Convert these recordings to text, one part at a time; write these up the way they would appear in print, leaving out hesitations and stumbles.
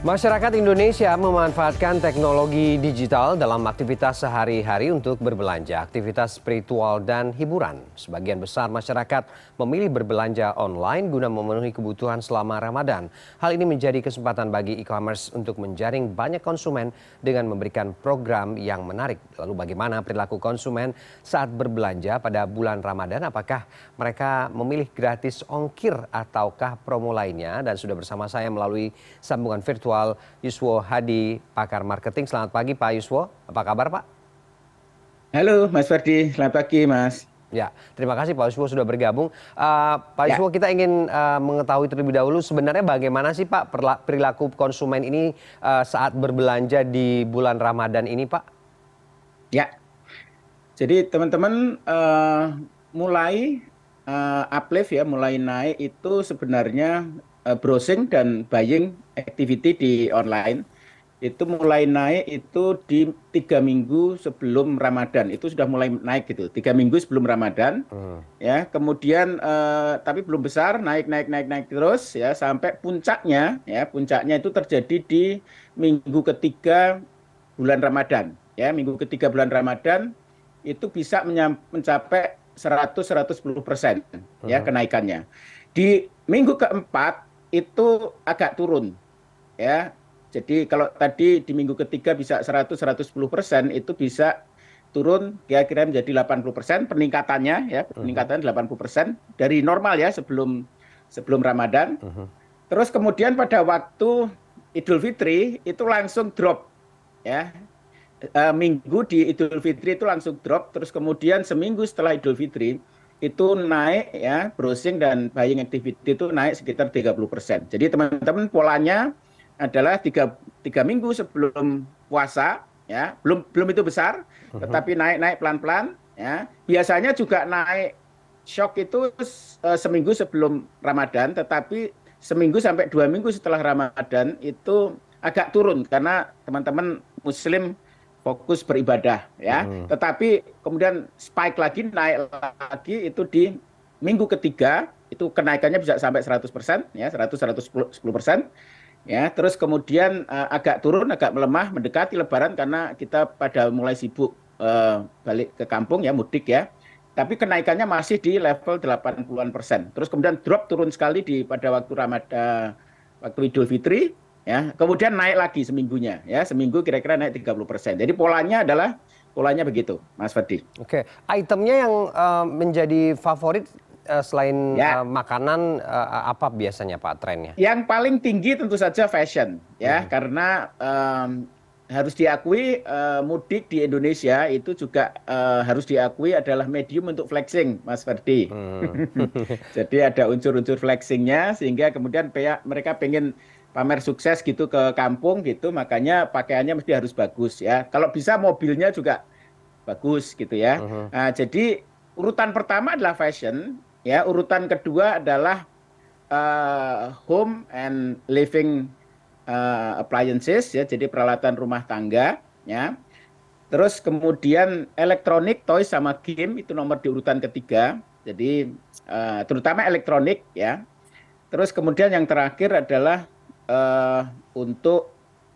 Masyarakat Indonesia memanfaatkan teknologi digital dalam aktivitas sehari-hari untuk berbelanja, aktivitas spiritual, dan hiburan. Sebagian besar masyarakat memilih berbelanja online guna memenuhi kebutuhan selama Ramadan. Hal ini menjadi kesempatan bagi e-commerce untuk menjaring banyak konsumen dengan memberikan program yang menarik. Lalu bagaimana perilaku konsumen saat berbelanja pada bulan Ramadan? Apakah mereka memilih gratis ongkir ataukah promo lainnya? Dan sudah bersama saya melalui sambungan virtual Yuswo Hadi, pakar marketing. Selamat pagi Pak Yuswo, apa kabar Pak? Halo Mas Ferdi, selamat pagi Mas. Ya, terima kasih Pak Yuswo sudah bergabung. Pak Yuswo, kita ingin mengetahui terlebih dahulu sebenarnya bagaimana sih Pak perilaku konsumen ini saat berbelanja di bulan Ramadan ini Pak? Ya, jadi teman-teman mulai uplift ya, mulai naik itu sebenarnya browsing dan buying activity di online itu mulai naik itu di 3 minggu sebelum Ramadan, itu sudah mulai naik gitu, 3 minggu sebelum Ramadan. Ya, kemudian tapi belum besar, naik terus ya sampai puncaknya, ya puncaknya itu terjadi di minggu ketiga bulan Ramadan. Ya, minggu ketiga bulan Ramadan itu bisa mencapai 100-110% ya kenaikannya. Di minggu keempat itu agak turun ya. Jadi kalau tadi di minggu ketiga bisa 100-110%, itu bisa turun kira-kira menjadi 80% peningkatannya ya, peningkatan 80% dari normal ya sebelum Ramadan. Terus kemudian pada waktu Idul Fitri itu langsung drop ya. Minggu di Idul Fitri itu langsung drop, terus kemudian seminggu setelah Idul Fitri itu naik ya, browsing dan buying activity itu naik sekitar 30%. Jadi teman-teman polanya adalah tiga minggu sebelum puasa ya, belum itu besar, tetapi naik pelan-pelan ya. Biasanya juga naik shock itu seminggu sebelum Ramadan, tetapi seminggu sampai 2 minggu setelah Ramadan itu agak turun karena teman-teman Muslim fokus beribadah ya. Tetapi kemudian spike lagi, naik lagi itu di minggu ketiga, itu kenaikannya bisa sampai 100% ya, 100-110%. Ya, terus kemudian agak turun, agak melemah mendekati Lebaran karena kita pada mulai sibuk balik ke kampung ya, mudik ya. Tapi kenaikannya masih di level 80-an%. Terus kemudian drop turun sekali pada waktu Ramadan, waktu Idul Fitri. Ya, kemudian naik lagi seminggunya, ya seminggu kira-kira naik 30%. Jadi polanya begitu, Mas Ferdi. Oke, itemnya yang menjadi favorit selain makanan apa biasanya Pak trennya? Yang paling tinggi tentu saja fashion, ya karena harus diakui mudik di Indonesia itu juga harus diakui adalah medium untuk flexing, Mas Ferdi. Jadi ada unsur-unsur flexingnya sehingga kemudian mereka pengen pamer sukses gitu ke kampung gitu, makanya pakaiannya mesti harus bagus ya. Kalau bisa mobilnya juga bagus gitu ya. Nah, jadi urutan pertama adalah fashion, ya. Urutan kedua adalah home and living appliances ya, jadi peralatan rumah tangga ya. Terus kemudian elektronik, toys sama game itu nomor di urutan ketiga. Jadi terutama elektronik ya. Terus kemudian yang terakhir adalah untuk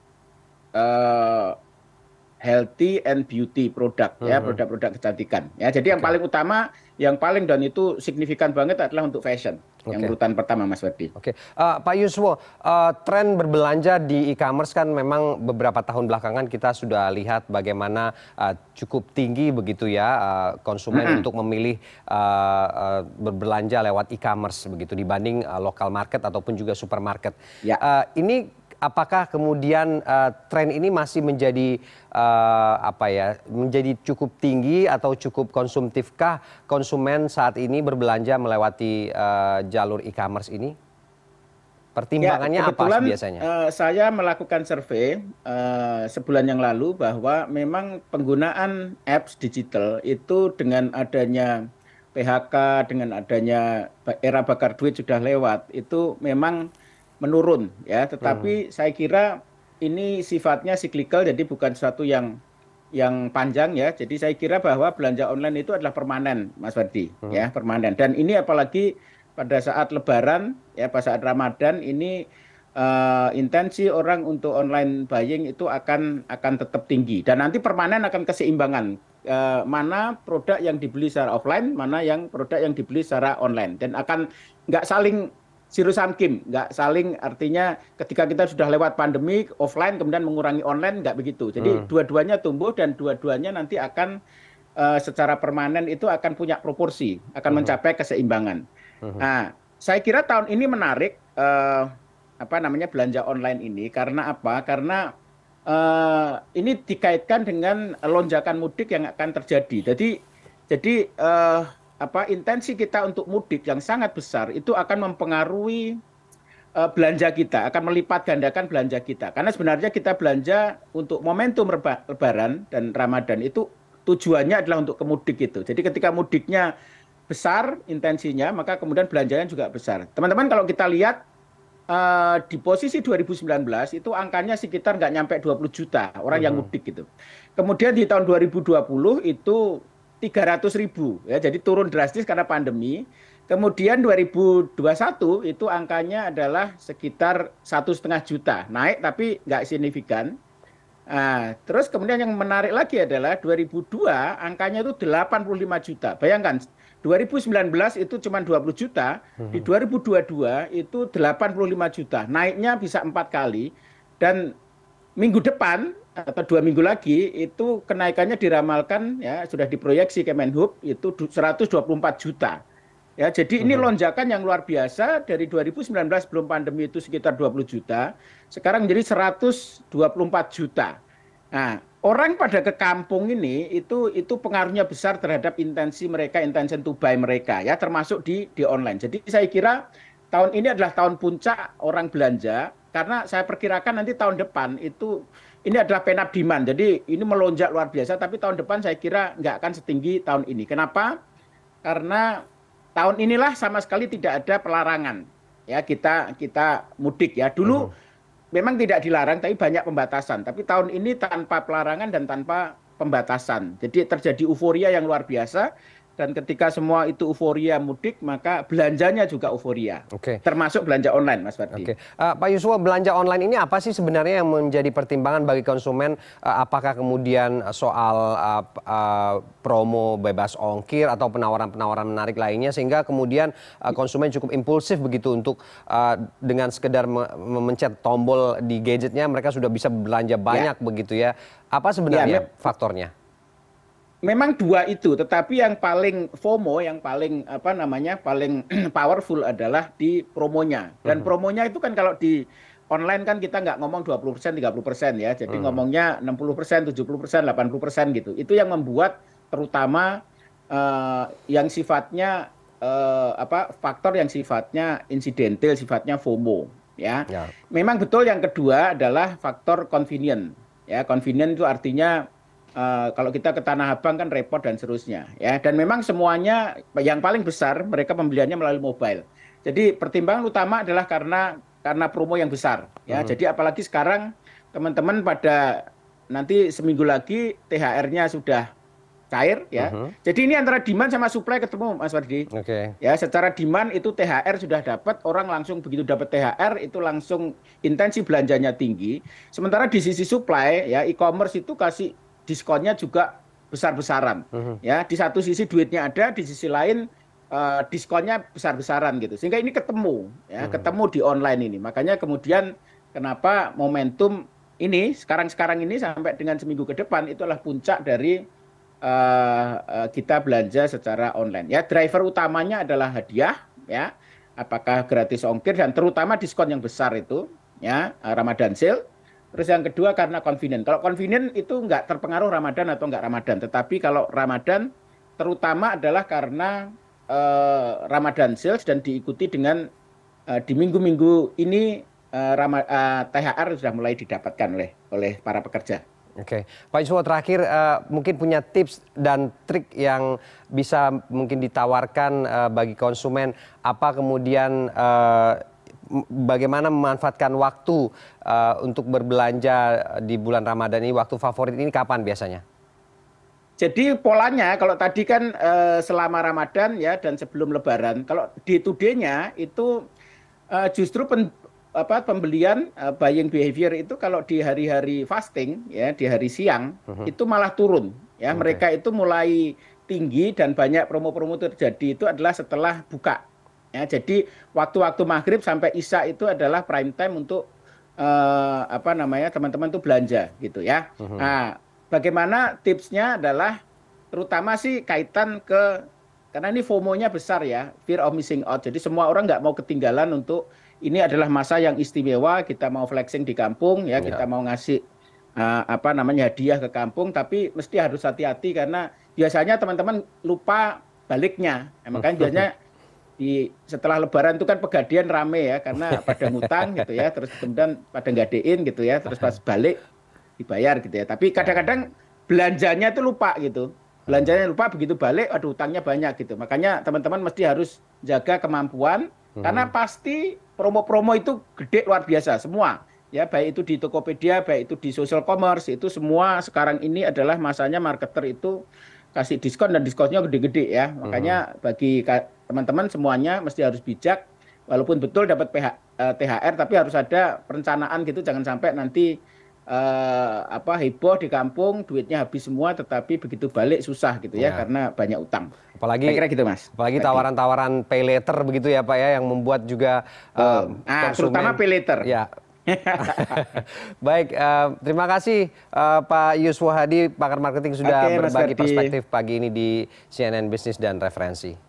healthy and beauty product ya, produk-produk kecantikan ya. Jadi yang paling utama, yang paling dan itu signifikan banget adalah untuk fashion. Yang urutan pertama, Mas Ferdi. Oke, Pak Yuswo, tren berbelanja di e-commerce kan memang beberapa tahun belakangan kita sudah lihat bagaimana cukup tinggi begitu ya konsumen untuk memilih berbelanja lewat e-commerce begitu dibanding lokal market ataupun juga supermarket. Ini apakah kemudian tren ini masih menjadi menjadi cukup tinggi atau cukup konsumtifkah konsumen saat ini berbelanja melewati jalur e-commerce ini? Pertimbangannya apa biasanya? Saya melakukan survei sebulan yang lalu bahwa memang penggunaan apps digital itu dengan adanya PHK, dengan adanya era bakar duit sudah lewat, itu memang menurun ya, tetapi saya kira ini sifatnya cyclical, jadi bukan sesuatu yang panjang ya. Jadi saya kira bahwa belanja online itu adalah permanen, Mas Ferdi, ya permanen. Dan ini apalagi pada saat Lebaran ya, pada saat Ramadan ini intensi orang untuk online buying itu akan tetap tinggi dan nanti permanen akan keseimbangan mana produk yang dibeli secara offline, mana yang produk yang dibeli secara online dan akan nggak saling zero sum game, nggak saling artinya ketika kita sudah lewat pandemi offline kemudian mengurangi online nggak begitu. Jadi dua-duanya tumbuh dan dua-duanya nanti akan secara permanen itu akan punya proporsi, akan mencapai keseimbangan. Nah, saya kira tahun ini menarik apa namanya belanja online ini karena apa? Karena ini dikaitkan dengan lonjakan mudik yang akan terjadi. Jadi apa intensi kita untuk mudik yang sangat besar itu akan mempengaruhi belanja kita, akan melipat gandakan belanja kita. Karena sebenarnya kita belanja untuk momentum Lebaran dan Ramadan itu tujuannya adalah untuk kemudik itu. Jadi ketika mudiknya besar intensinya, maka kemudian belanjanya juga besar. Teman-teman kalau kita lihat di posisi 2019 itu angkanya sekitar nggak nyampe 20 juta orang yang mudik gitu. Kemudian di tahun 2020 itu 300.000 ya, jadi turun drastis karena pandemi. Kemudian 2021 itu angkanya adalah sekitar 1,5 juta, naik tapi nggak signifikan. Nah, terus kemudian yang menarik lagi adalah 2002 angkanya itu 85 juta. Bayangkan 2019 itu cuma 20 juta, di 2022 itu 85 juta. Naiknya bisa 4 kali dan minggu depan atau 2 minggu lagi itu kenaikannya diramalkan ya sudah diproyeksi Kemenhub itu 124 juta. Ya, jadi ini lonjakan yang luar biasa dari 2019 sebelum pandemi itu sekitar 20 juta, sekarang menjadi 124 juta. Nah, orang pada ke kampung ini itu pengaruhnya besar terhadap intensi mereka, intention to buy mereka ya, termasuk di online. Jadi saya kira tahun ini adalah tahun puncak orang belanja karena saya perkirakan nanti tahun depan itu ini adalah pent-up demand. Jadi ini melonjak luar biasa, tapi tahun depan saya kira nggak akan setinggi tahun ini. Kenapa? Karena tahun inilah sama sekali tidak ada pelarangan ya kita mudik ya. Dulu memang tidak dilarang tapi banyak pembatasan. Tapi tahun ini tanpa pelarangan dan tanpa pembatasan. Jadi terjadi euforia yang luar biasa dan ketika semua itu euforia mudik maka belanjanya juga euforia. Termasuk belanja online, Mas Fardi. Pak Yuswo, belanja online ini apa sih sebenarnya yang menjadi pertimbangan bagi konsumen? Apakah kemudian soal promo bebas ongkir atau penawaran-penawaran menarik lainnya sehingga kemudian konsumen cukup impulsif begitu untuk dengan sekedar memencet tombol di gadgetnya mereka sudah bisa belanja banyak begitu ya? Apa sebenarnya faktornya? Memang dua itu, tetapi yang paling FOMO, yang paling apa namanya, paling powerful adalah di promonya. Dan promonya itu kan kalau di online kan kita nggak ngomong 20%, 30% ya. Jadi ngomongnya 60%, 70%, 80% gitu. Itu yang membuat terutama yang sifatnya faktor yang sifatnya insidental, sifatnya FOMO ya. Memang betul yang kedua adalah faktor convenient. Ya, convenient itu artinya kalau kita ke Tanah Abang kan repot dan seterusnya ya, dan memang semuanya yang paling besar mereka pembeliannya melalui mobile. Jadi pertimbangan utama adalah karena promo yang besar ya. Jadi apalagi sekarang teman-teman pada nanti seminggu lagi THR-nya sudah cair ya. Jadi ini antara demand sama supply ketemu, Mas Wardi. Ya, secara demand itu THR sudah dapat, orang langsung begitu dapat THR itu langsung intensi belanjanya tinggi. Sementara di sisi supply ya, e-commerce itu kasih diskonnya juga besar-besaran ya, di satu sisi duitnya ada, di sisi lain diskonnya besar-besaran gitu, sehingga ini ketemu ya, ketemu di online ini. Makanya kemudian kenapa momentum ini sekarang ini sampai dengan seminggu ke depan itu adalah puncak dari kita belanja secara online ya. Driver utamanya adalah hadiah ya, apakah gratis ongkir dan terutama diskon yang besar itu ya, Ramadan sale. Terus yang kedua karena convenient. Kalau convenient itu nggak terpengaruh Ramadan atau nggak Ramadan. Tetapi kalau Ramadan terutama adalah karena Ramadan sales dan diikuti dengan di minggu-minggu ini THR sudah mulai didapatkan oleh para pekerja. Pak Yuswo, terakhir mungkin punya tips dan trik yang bisa mungkin ditawarkan bagi konsumen, apa kemudian bagaimana memanfaatkan waktu untuk berbelanja di bulan Ramadan ini, waktu favorit ini kapan biasanya? Jadi polanya kalau tadi kan selama Ramadan ya dan sebelum Lebaran, kalau day to day-nya itu justru pembelian buying behavior itu kalau di hari-hari fasting ya di hari siang itu malah turun ya. Mereka itu mulai tinggi dan banyak promo-promo terjadi itu adalah setelah buka ya. Jadi waktu-waktu maghrib sampai isya itu adalah prime time untuk teman-teman tuh belanja gitu ya. Nah, bagaimana tipsnya adalah terutama sih kaitan karena ini FOMO-nya besar ya, fear of missing out. Jadi semua orang nggak mau ketinggalan untuk ini adalah masa yang istimewa, kita mau flexing di kampung ya, kita mau ngasih hadiah ke kampung, tapi mesti harus hati-hati karena biasanya teman-teman lupa baliknya. Makanya biasanya setelah Lebaran itu kan pegadian rame ya, karena pada ngutang gitu ya, terus kemudian pada nggadein gitu ya, terus pas balik dibayar gitu ya. Tapi kadang-kadang belanjanya itu lupa gitu. Belanjanya lupa, begitu balik, aduh utangnya banyak gitu. Makanya teman-teman mesti harus jaga kemampuan, karena pasti promo-promo itu gede luar biasa semua. Ya, baik itu di Tokopedia, baik itu di social commerce, itu semua sekarang ini adalah masanya marketer itu kasih diskon dan diskonnya gede-gede ya. Makanya bagi teman-teman semuanya mesti harus bijak, walaupun betul dapat THR, tapi harus ada perencanaan gitu, jangan sampai nanti heboh di kampung, duitnya habis semua, tetapi begitu balik susah gitu ya, karena banyak utang. Apalagi, kira gitu Mas. Apalagi tawaran-tawaran pay later begitu ya Pak ya, yang membuat juga konsumen. Terutama pay later. Ya. Baik, terima kasih Pak Yuswo Hadi, pakar marketing sudah berbagi perspektif pagi ini di CNN Bisnis dan Referensi.